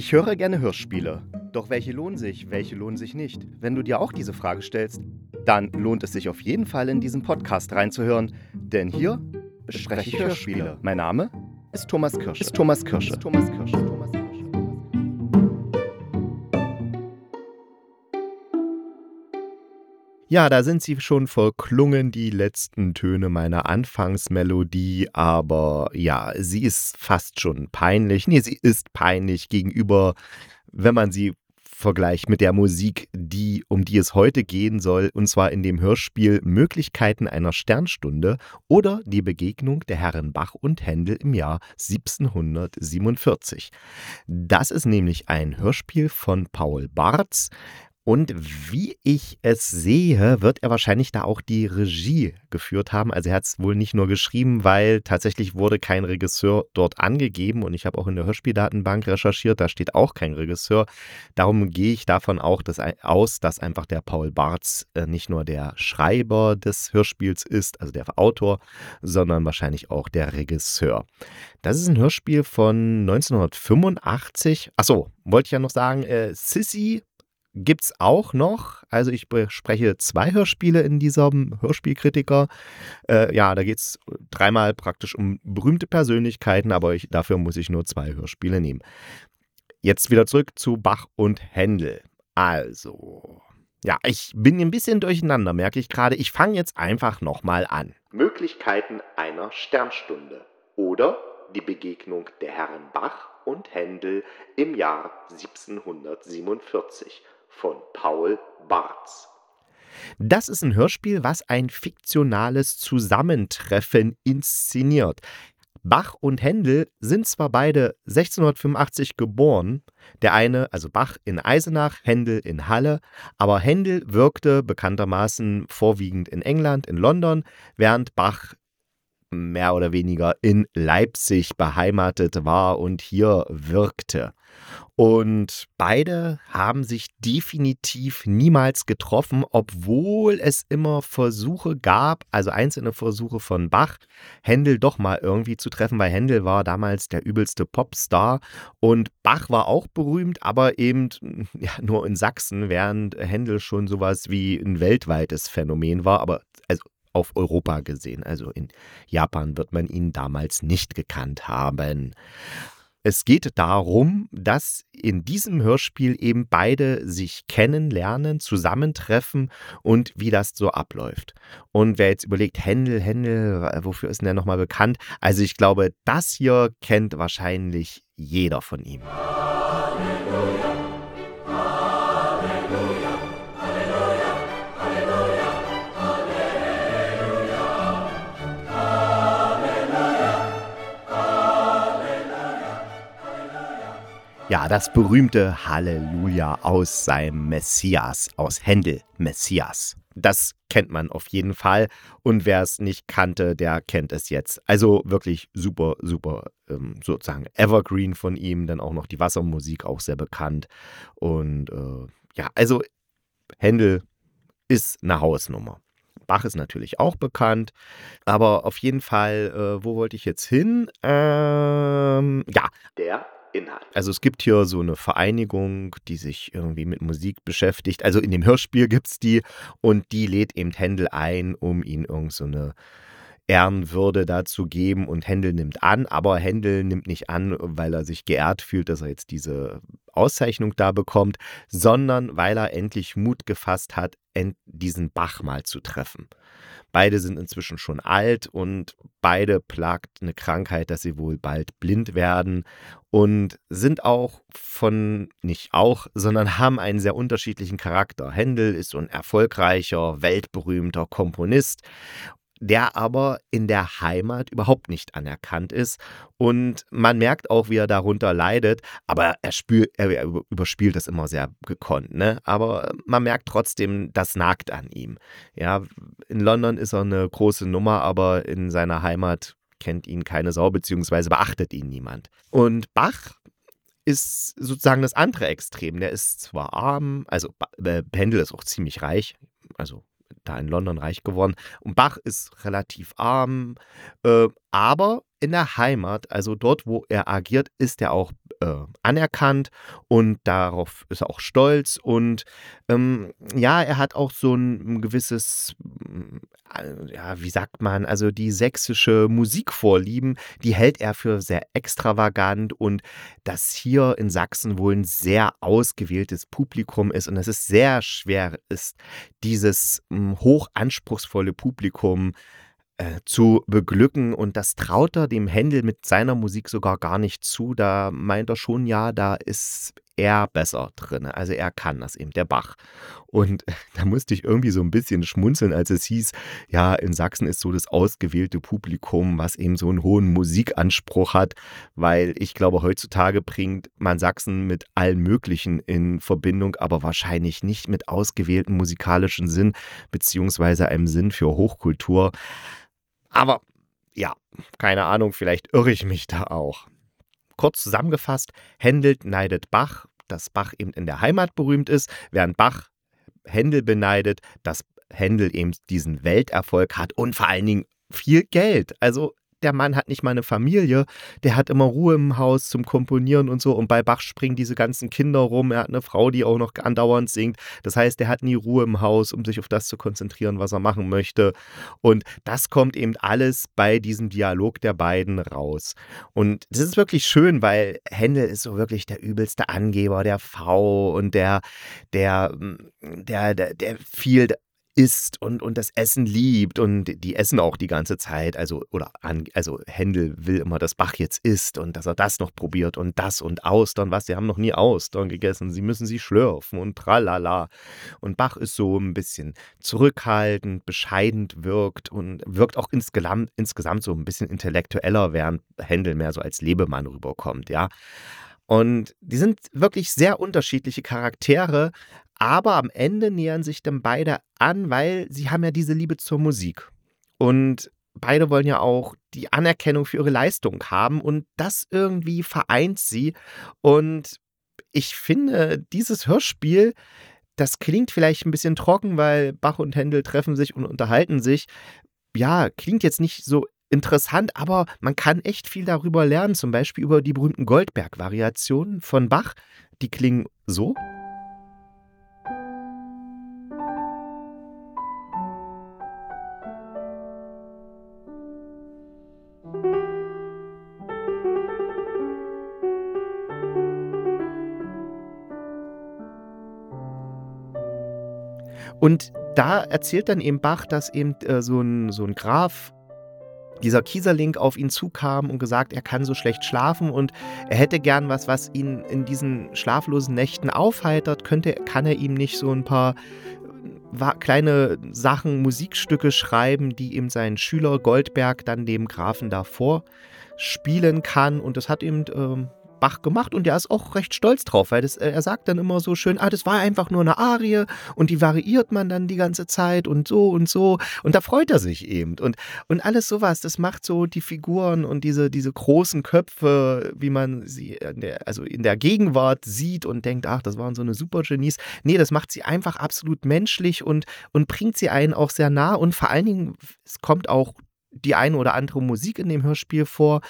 Ich höre gerne Hörspiele. Doch welche lohnen sich nicht? Wenn du dir auch diese Frage stellst, dann lohnt es sich auf jeden Fall in diesen Podcast reinzuhören, denn hier bespreche ich Hörspiele. Mein Name ist Thomas Kirsche. Ja, da sind sie schon verklungen, die letzten Töne meiner Anfangsmelodie, aber ja, sie ist fast schon peinlich. Nee, sie ist peinlich gegenüber, wenn man sie vergleicht mit der Musik, um die es heute gehen soll, und zwar in dem Hörspiel Möglichkeiten einer Sternstunde oder die Begegnung der Herren Bach und Händel im Jahr 1747. Das ist nämlich ein Hörspiel von Paul Bartz. Und wie ich es sehe, wird er wahrscheinlich da auch die Regie geführt haben. Also er hat es wohl nicht nur geschrieben, weil tatsächlich wurde kein Regisseur dort angegeben. Und ich habe auch in der Hörspieldatenbank recherchiert, da steht auch kein Regisseur. Darum gehe ich davon auch aus, dass einfach der Paul Bartz nicht nur der Schreiber des Hörspiels ist, also der Autor, sondern wahrscheinlich auch der Regisseur. Das ist ein Hörspiel von 1985. Achso, wollte ich ja noch sagen, Sissy gibt's auch noch. Also ich bespreche 2 Hörspiele in diesem Hörspielkritiker. Ja, da geht's dreimal praktisch um berühmte Persönlichkeiten, aber dafür muss ich nur 2 Hörspiele nehmen. Jetzt wieder zurück zu Bach und Händel. Also, ja, ich bin ein bisschen durcheinander, merke ich gerade. Ich fange jetzt einfach nochmal an. Möglichkeiten einer Sternstunde oder die Begegnung der Herren Bach und Händel im Jahr 1747 von Paul Bartz. Das ist ein Hörspiel, was ein fiktionales Zusammentreffen inszeniert. Bach und Händel sind zwar beide 1685 geboren, der eine, also Bach in Eisenach, Händel in Halle, aber Händel wirkte bekanntermaßen vorwiegend in England, in London, während Bach mehr oder weniger in Leipzig beheimatet war und hier wirkte. Und beide haben sich definitiv niemals getroffen, obwohl es immer Versuche gab, also einzelne Versuche von Bach, Händel doch mal irgendwie zu treffen, weil Händel war damals der übelste Popstar und Bach war auch berühmt, aber eben ja, nur in Sachsen, während Händel schon sowas wie ein weltweites Phänomen war, aber also auf Europa gesehen. Also in Japan wird man ihn damals nicht gekannt haben. Es geht darum, dass in diesem Hörspiel eben beide sich kennenlernen, zusammentreffen und wie das so abläuft. Und wer jetzt überlegt, Händel, wofür ist denn der nochmal bekannt? Also ich glaube, das hier kennt wahrscheinlich jeder von ihm. Ja, das berühmte Halleluja aus seinem Messias, aus Händel Messias. Das kennt man auf jeden Fall und wer es nicht kannte, der kennt es jetzt. Also wirklich super, super sozusagen Evergreen von ihm, dann auch noch die Wassermusik, auch sehr bekannt. Und ja, also Händel ist eine Hausnummer. Bach ist natürlich auch bekannt, aber auf jeden Fall, wo wollte ich jetzt hin? Ja, der Inhalt. Also es gibt hier so eine Vereinigung, die sich irgendwie mit Musik beschäftigt. Also in dem Hörspiel gibt es die und die lädt eben Händel ein, um ihn irgend so eine Ehrenwürde dazu geben und Händel nimmt an, aber Händel nimmt nicht an, weil er sich geehrt fühlt, dass er jetzt diese Auszeichnung da bekommt, sondern weil er endlich Mut gefasst hat, diesen Bach mal zu treffen. Beide sind inzwischen schon alt und beide plagt eine Krankheit, dass sie wohl bald blind werden und sind auch sondern haben einen sehr unterschiedlichen Charakter. Händel ist so ein erfolgreicher, weltberühmter Komponist, der aber in der Heimat überhaupt nicht anerkannt ist. Und man merkt auch, wie er darunter leidet, aber er überspielt das immer sehr gekonnt, ne? Aber man merkt trotzdem, das nagt an ihm. Ja, in London ist er eine große Nummer, aber in seiner Heimat kennt ihn keine Sau, beziehungsweise beachtet ihn niemand. Und Bach ist sozusagen das andere Extrem. Der ist zwar arm, also Händel ist auch ziemlich reich, also da in London reich geworden. Und Bach ist relativ arm, aber in der Heimat, also dort, wo er agiert, ist er auch anerkannt und darauf ist er auch stolz. Und ja, er hat auch so ein gewisses, ja, wie sagt man, also die sächsische Musikvorlieben, die hält er für sehr extravagant und dass hier in Sachsen wohl ein sehr ausgewähltes Publikum ist und dass es sehr schwer ist, dieses hoch anspruchsvolle Publikum zu beglücken und das traut er dem Händel mit seiner Musik sogar gar nicht zu. Da meint er schon, ja, da ist er besser drin. Also er kann das eben, der Bach. Und da musste ich irgendwie so ein bisschen schmunzeln, als es hieß, ja, in Sachsen ist so das ausgewählte Publikum, was eben so einen hohen Musikanspruch hat, weil ich glaube, heutzutage bringt man Sachsen mit allem Möglichen in Verbindung, aber wahrscheinlich nicht mit ausgewähltem musikalischen Sinn, beziehungsweise einem Sinn für Hochkultur. Aber ja, keine Ahnung, vielleicht irre ich mich da auch. Kurz zusammengefasst, Händel neidet Bach, dass Bach eben in der Heimat berühmt ist, während Bach Händel beneidet, dass Händel eben diesen Welterfolg hat und vor allen Dingen viel Geld. Also der Mann hat nicht mal eine Familie, der hat immer Ruhe im Haus zum Komponieren und so. Und bei Bach springen diese ganzen Kinder rum. Er hat eine Frau, die auch noch andauernd singt. Das heißt, er hat nie Ruhe im Haus, um sich auf das zu konzentrieren, was er machen möchte. Und das kommt eben alles bei diesem Dialog der beiden raus. Und das ist wirklich schön, weil Händel ist so wirklich der übelste Angeber, der V und der viel isst und das Essen liebt und die essen auch die ganze Zeit, also Händel will immer, dass Bach jetzt isst und dass er das noch probiert und das und Austern, was, sie haben noch nie Austern gegessen, sie müssen sie schlürfen und tralala. Und Bach ist so ein bisschen zurückhaltend, bescheiden wirkt und wirkt auch insgesamt so ein bisschen intellektueller, während Händel mehr so als Lebemann rüberkommt, ja. Und die sind wirklich sehr unterschiedliche Charaktere, aber am Ende nähern sich dann beide an, weil sie haben ja diese Liebe zur Musik. Und beide wollen ja auch die Anerkennung für ihre Leistung haben und das irgendwie vereint sie. Und ich finde, dieses Hörspiel, das klingt vielleicht ein bisschen trocken, weil Bach und Händel treffen sich und unterhalten sich. Ja, klingt jetzt nicht so interessant, aber man kann echt viel darüber lernen, zum Beispiel über die berühmten Goldberg-Variationen von Bach. Die klingen so. Und da erzählt dann eben Bach, dass eben so ein Graf, dieser Kieserling, auf ihn zukam und gesagt, er kann so schlecht schlafen und er hätte gern was ihn in diesen schlaflosen Nächten aufheitert. Kann er ihm nicht so ein paar kleine Sachen, Musikstücke schreiben, die ihm sein Schüler Goldberg dann dem Grafen davor spielen kann. Und das hat eben Bach gemacht und der ist auch recht stolz drauf, weil er sagt dann immer so schön, das war einfach nur eine Arie und die variiert man dann die ganze Zeit und so und so und da freut er sich eben und alles sowas, das macht so die Figuren und diese großen Köpfe, wie man sie in der Gegenwart sieht und denkt, ach, das waren so eine Supergenies. Nee, das macht sie einfach absolut menschlich und bringt sie einen auch sehr nah und vor allen Dingen, es kommt auch die eine oder andere Musik in dem Hörspiel vor.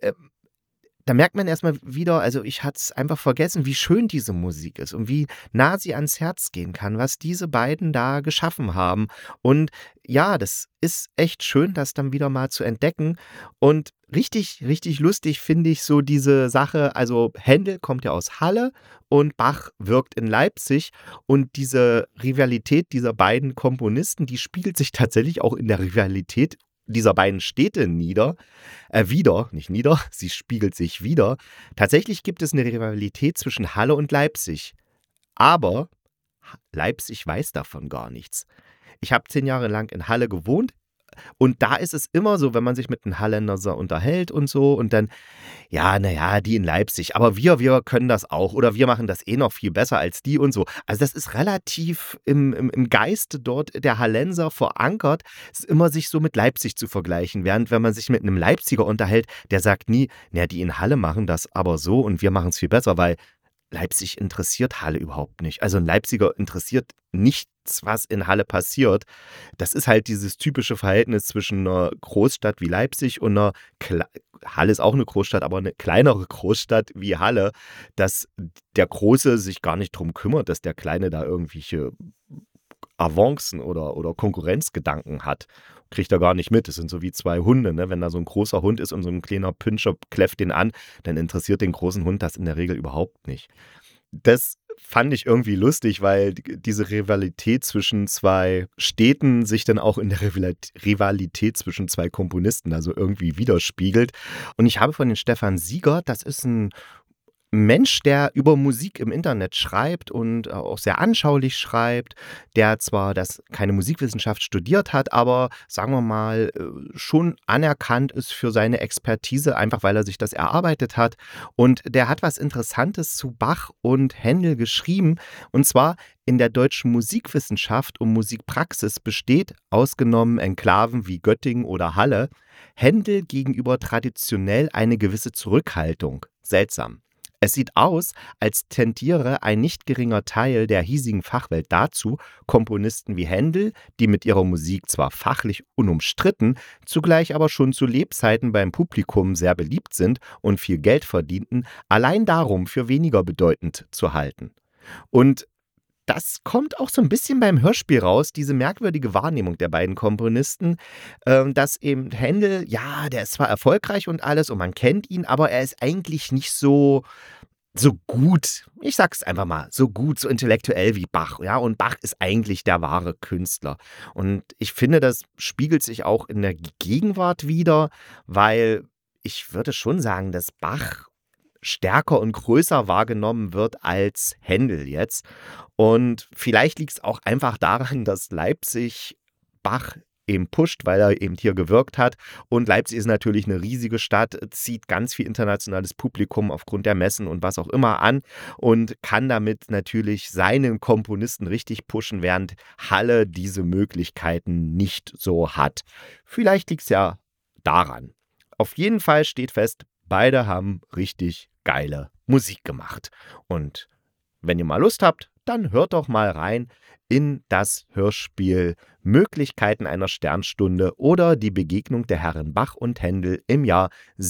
Da merkt man erstmal wieder, also ich hatte es einfach vergessen, wie schön diese Musik ist und wie nah sie ans Herz gehen kann, was diese beiden da geschaffen haben. Und ja, das ist echt schön, das dann wieder mal zu entdecken. Und richtig, richtig lustig finde ich so diese Sache, also Händel kommt ja aus Halle und Bach wirkt in Leipzig und diese Rivalität dieser beiden Komponisten, die spiegelt sich tatsächlich auch in der Rivalität dieser beiden Städte wieder, nicht nieder, sie spiegelt sich wieder. Tatsächlich gibt es eine Rivalität zwischen Halle und Leipzig. Aber Leipzig weiß davon gar nichts. Ich habe 10 Jahre lang in Halle gewohnt und da ist es immer so, wenn man sich mit einem Halländer so unterhält und so und dann, ja, naja, die in Leipzig, aber wir können das auch oder wir machen das eh noch viel besser als die und so. Also das ist relativ im Geiste dort der Hallenser verankert, es ist immer sich so mit Leipzig zu vergleichen, während wenn man sich mit einem Leipziger unterhält, der sagt nie, naja, die in Halle machen das aber so und wir machen es viel besser, weil Leipzig interessiert Halle überhaupt nicht. Also ein Leipziger interessiert nichts, was in Halle passiert. Das ist halt dieses typische Verhältnis zwischen einer Großstadt wie Leipzig und einer Halle ist auch eine Großstadt, aber eine kleinere Großstadt wie Halle, dass der Große sich gar nicht drum kümmert, dass der Kleine da irgendwelche Avancen oder Konkurrenzgedanken hat. Kriegt er gar nicht mit. Das sind so wie zwei Hunde. Ne? Wenn da so ein großer Hund ist und so ein kleiner Pinscher kläfft den an, dann interessiert den großen Hund das in der Regel überhaupt nicht. Das fand ich irgendwie lustig, weil diese Rivalität zwischen zwei Städten sich dann auch in der Rivalität zwischen zwei Komponisten also irgendwie widerspiegelt. Und ich habe von den Stefan Siegert, das ist ein Mensch, der über Musik im Internet schreibt und auch sehr anschaulich schreibt, der zwar keine Musikwissenschaft studiert hat, aber sagen wir mal schon anerkannt ist für seine Expertise, einfach weil er sich das erarbeitet hat. Und der hat was Interessantes zu Bach und Händel geschrieben. Und zwar in der deutschen Musikwissenschaft und Musikpraxis besteht, ausgenommen Enklaven wie Göttingen oder Halle, Händel gegenüber traditionell eine gewisse Zurückhaltung. Seltsam. Es sieht aus, als tendiere ein nicht geringer Teil der hiesigen Fachwelt dazu, Komponisten wie Händel, die mit ihrer Musik zwar fachlich unumstritten, zugleich aber schon zu Lebzeiten beim Publikum sehr beliebt sind und viel Geld verdienten, allein darum für weniger bedeutend zu halten. Und das kommt auch so ein bisschen beim Hörspiel raus, diese merkwürdige Wahrnehmung der beiden Komponisten, dass eben Händel, ja, der ist zwar erfolgreich und alles und man kennt ihn, aber er ist eigentlich nicht so gut, ich sag's einfach mal, so gut, so intellektuell wie Bach, ja, und Bach ist eigentlich der wahre Künstler. Und ich finde, das spiegelt sich auch in der Gegenwart wider, weil ich würde schon sagen, dass Bach stärker und größer wahrgenommen wird als Händel jetzt. Und vielleicht liegt es auch einfach daran, dass Leipzig Bach eben pusht, weil er eben hier gewirkt hat. Und Leipzig ist natürlich eine riesige Stadt, zieht ganz viel internationales Publikum aufgrund der Messen und was auch immer an und kann damit natürlich seinen Komponisten richtig pushen, während Halle diese Möglichkeiten nicht so hat. Vielleicht liegt es ja daran. Auf jeden Fall steht fest, beide haben richtig geile Musik gemacht. Und wenn ihr mal Lust habt, dann hört doch mal rein in das Hörspiel Möglichkeiten einer Sternstunde oder die Begegnung der Herren Bach und Händel im Jahr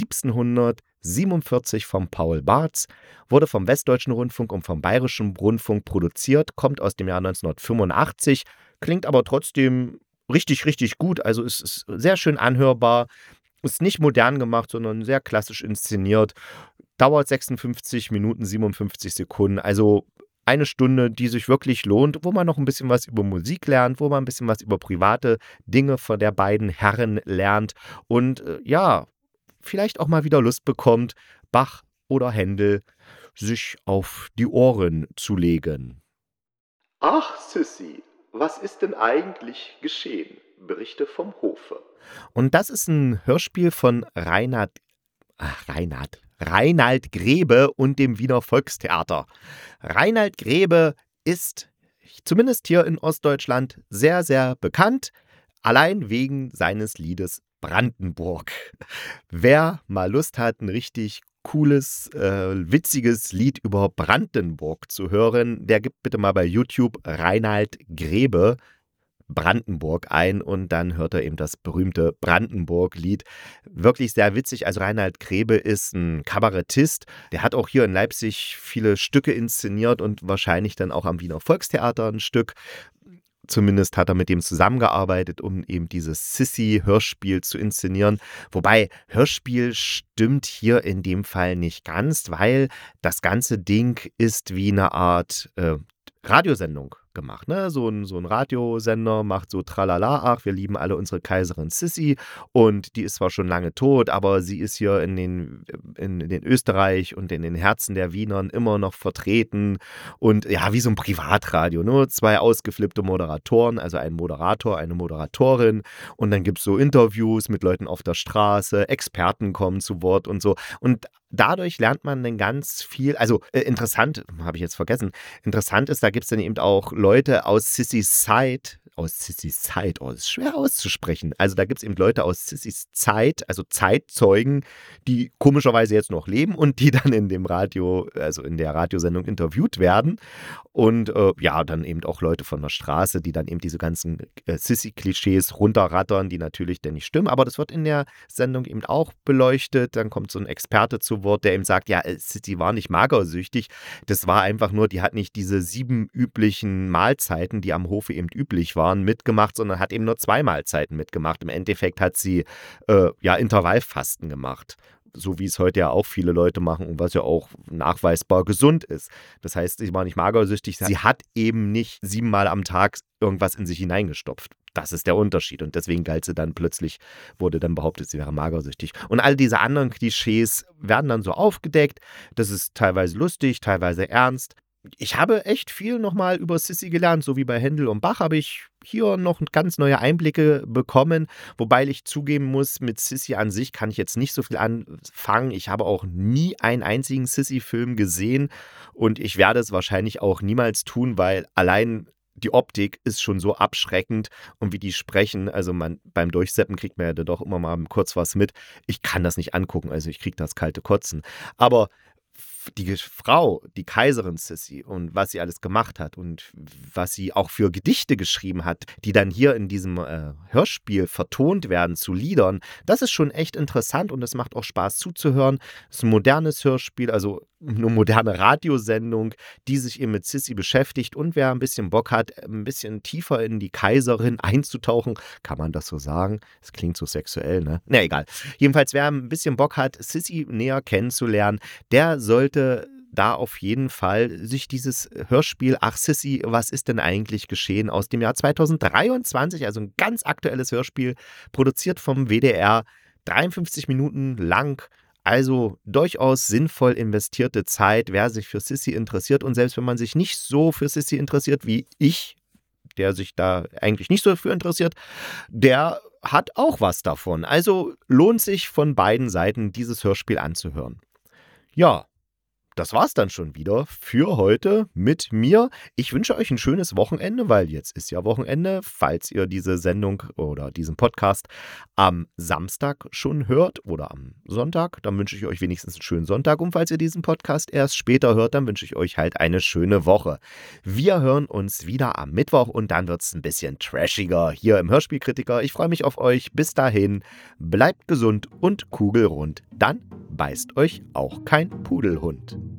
1747 von Paul Bartz, wurde vom Westdeutschen Rundfunk und vom Bayerischen Rundfunk produziert, kommt aus dem Jahr 1985, klingt aber trotzdem richtig, richtig gut, also es ist sehr schön anhörbar, ist nicht modern gemacht, sondern sehr klassisch inszeniert, dauert 56 Minuten 57 Sekunden, also eine Stunde, die sich wirklich lohnt, wo man noch ein bisschen was über Musik lernt, wo man ein bisschen was über private Dinge von der beiden Herren lernt und ja, vielleicht auch mal wieder Lust bekommt, Bach oder Händel sich auf die Ohren zu legen. Ach, Sissy, was ist denn eigentlich geschehen? Berichte vom Hofe. Und das ist ein Hörspiel von Reinhard Grebe und dem Wiener Volkstheater. Reinhard Grebe ist zumindest hier in Ostdeutschland sehr, sehr bekannt, allein wegen seines Liedes Brandenburg. Wer mal Lust hat, ein richtig cooles, witziges Lied über Brandenburg zu hören, der gibt bitte mal bei YouTube Reinhard Grebe Brandenburg ein und dann hört er eben das berühmte Brandenburg-Lied. Wirklich sehr witzig. Also Reinhard Grebe ist ein Kabarettist. Der hat auch hier in Leipzig viele Stücke inszeniert und wahrscheinlich dann auch am Wiener Volkstheater ein Stück. Zumindest hat er mit dem zusammengearbeitet, um eben dieses Sissy-Hörspiel zu inszenieren. Wobei Hörspiel stimmt hier in dem Fall nicht ganz, weil das ganze Ding ist wie eine Art Radiosendung gemacht. Ne? So ein Radiosender macht so tralala, ach, wir lieben alle unsere Kaiserin Sissi und die ist zwar schon lange tot, aber sie ist hier in den Österreich und in den Herzen der Wienern immer noch vertreten und ja, wie so ein Privatradio, nur zwei ausgeflippte Moderatoren, also ein Moderator, eine Moderatorin und dann gibt es so Interviews mit Leuten auf der Straße, Experten kommen zu Wort und so und dadurch lernt man dann ganz viel, also interessant, habe ich jetzt vergessen, interessant ist, da gibt es dann eben auch Leute aus Sissys Zeit, aus Sissys Zeit? Oh, das ist schwer auszusprechen. Also da gibt es eben Leute aus Sissys Zeit, also Zeitzeugen, die komischerweise jetzt noch leben und die dann in dem Radio, also in der Radiosendung interviewt werden. Und ja, dann eben auch Leute von der Straße, die dann eben diese ganzen Sissi-Klischees runterrattern, die natürlich dann nicht stimmen. Aber das wird in der Sendung eben auch beleuchtet. Dann kommt so ein Experte zu Wort, der eben sagt, ja, Sissi war nicht magersüchtig. Das war einfach nur, die hat nicht diese 7 üblichen Mahlzeiten, die am Hofe eben üblich waren, mitgemacht, sondern hat eben nur 2 Mahlzeiten mitgemacht. Im Endeffekt hat sie ja Intervallfasten gemacht. So wie es heute ja auch viele Leute machen und was ja auch nachweisbar gesund ist. Das heißt, sie war nicht magersüchtig, sie hat eben nicht 7 Mal am Tag irgendwas in sich hineingestopft. Das ist der Unterschied. Und deswegen galt sie dann plötzlich, wurde dann behauptet, sie wäre magersüchtig. Und all diese anderen Klischees werden dann so aufgedeckt. Das ist teilweise lustig, teilweise ernst. Ich habe echt viel nochmal über Sissi gelernt, so wie bei Händel und Bach habe ich hier noch ganz neue Einblicke bekommen, wobei ich zugeben muss, mit Sissi an sich kann ich jetzt nicht so viel anfangen. Ich habe auch nie einen einzigen Sissi-Film gesehen und ich werde es wahrscheinlich auch niemals tun, weil allein die Optik ist schon so abschreckend und wie die sprechen, also beim Durchseppen kriegt man ja dann doch immer mal kurz was mit. Ich kann das nicht angucken, also ich kriege das kalte Kotzen. Aber die Frau, die Kaiserin Sissi und was sie alles gemacht hat und was sie auch für Gedichte geschrieben hat, die dann hier in diesem Hörspiel vertont werden zu Liedern, das ist schon echt interessant und es macht auch Spaß zuzuhören. Es ist ein modernes Hörspiel, also eine moderne Radiosendung, die sich eben mit Sissi beschäftigt und wer ein bisschen Bock hat, ein bisschen tiefer in die Kaiserin einzutauchen, kann man das so sagen? Es klingt so sexuell, ne? Na, egal. Jedenfalls, wer ein bisschen Bock hat, Sissi näher kennenzulernen, der sollte da auf jeden Fall sich dieses Hörspiel Ach Sissi, was ist denn eigentlich geschehen aus dem Jahr 2023, also ein ganz aktuelles Hörspiel, produziert vom WDR, 53 Minuten lang. Also durchaus sinnvoll investierte Zeit, wer sich für Sissi interessiert. Und selbst wenn man sich nicht so für Sissi interessiert wie ich, der sich da eigentlich nicht so für interessiert, der hat auch was davon. Also lohnt sich von beiden Seiten, dieses Hörspiel anzuhören. Ja, das war's dann schon wieder für heute mit mir. Ich wünsche euch ein schönes Wochenende, weil jetzt ist ja Wochenende. Falls ihr diese Sendung oder diesen Podcast am Samstag schon hört oder am Sonntag, dann wünsche ich euch wenigstens einen schönen Sonntag. Und falls ihr diesen Podcast erst später hört, dann wünsche ich euch halt eine schöne Woche. Wir hören uns wieder am Mittwoch und dann wird es ein bisschen trashiger hier im Hörspielkritiker. Ich freue mich auf euch. Bis dahin, bleibt gesund und kugelrund. Dann beißt euch auch kein Pudelhund.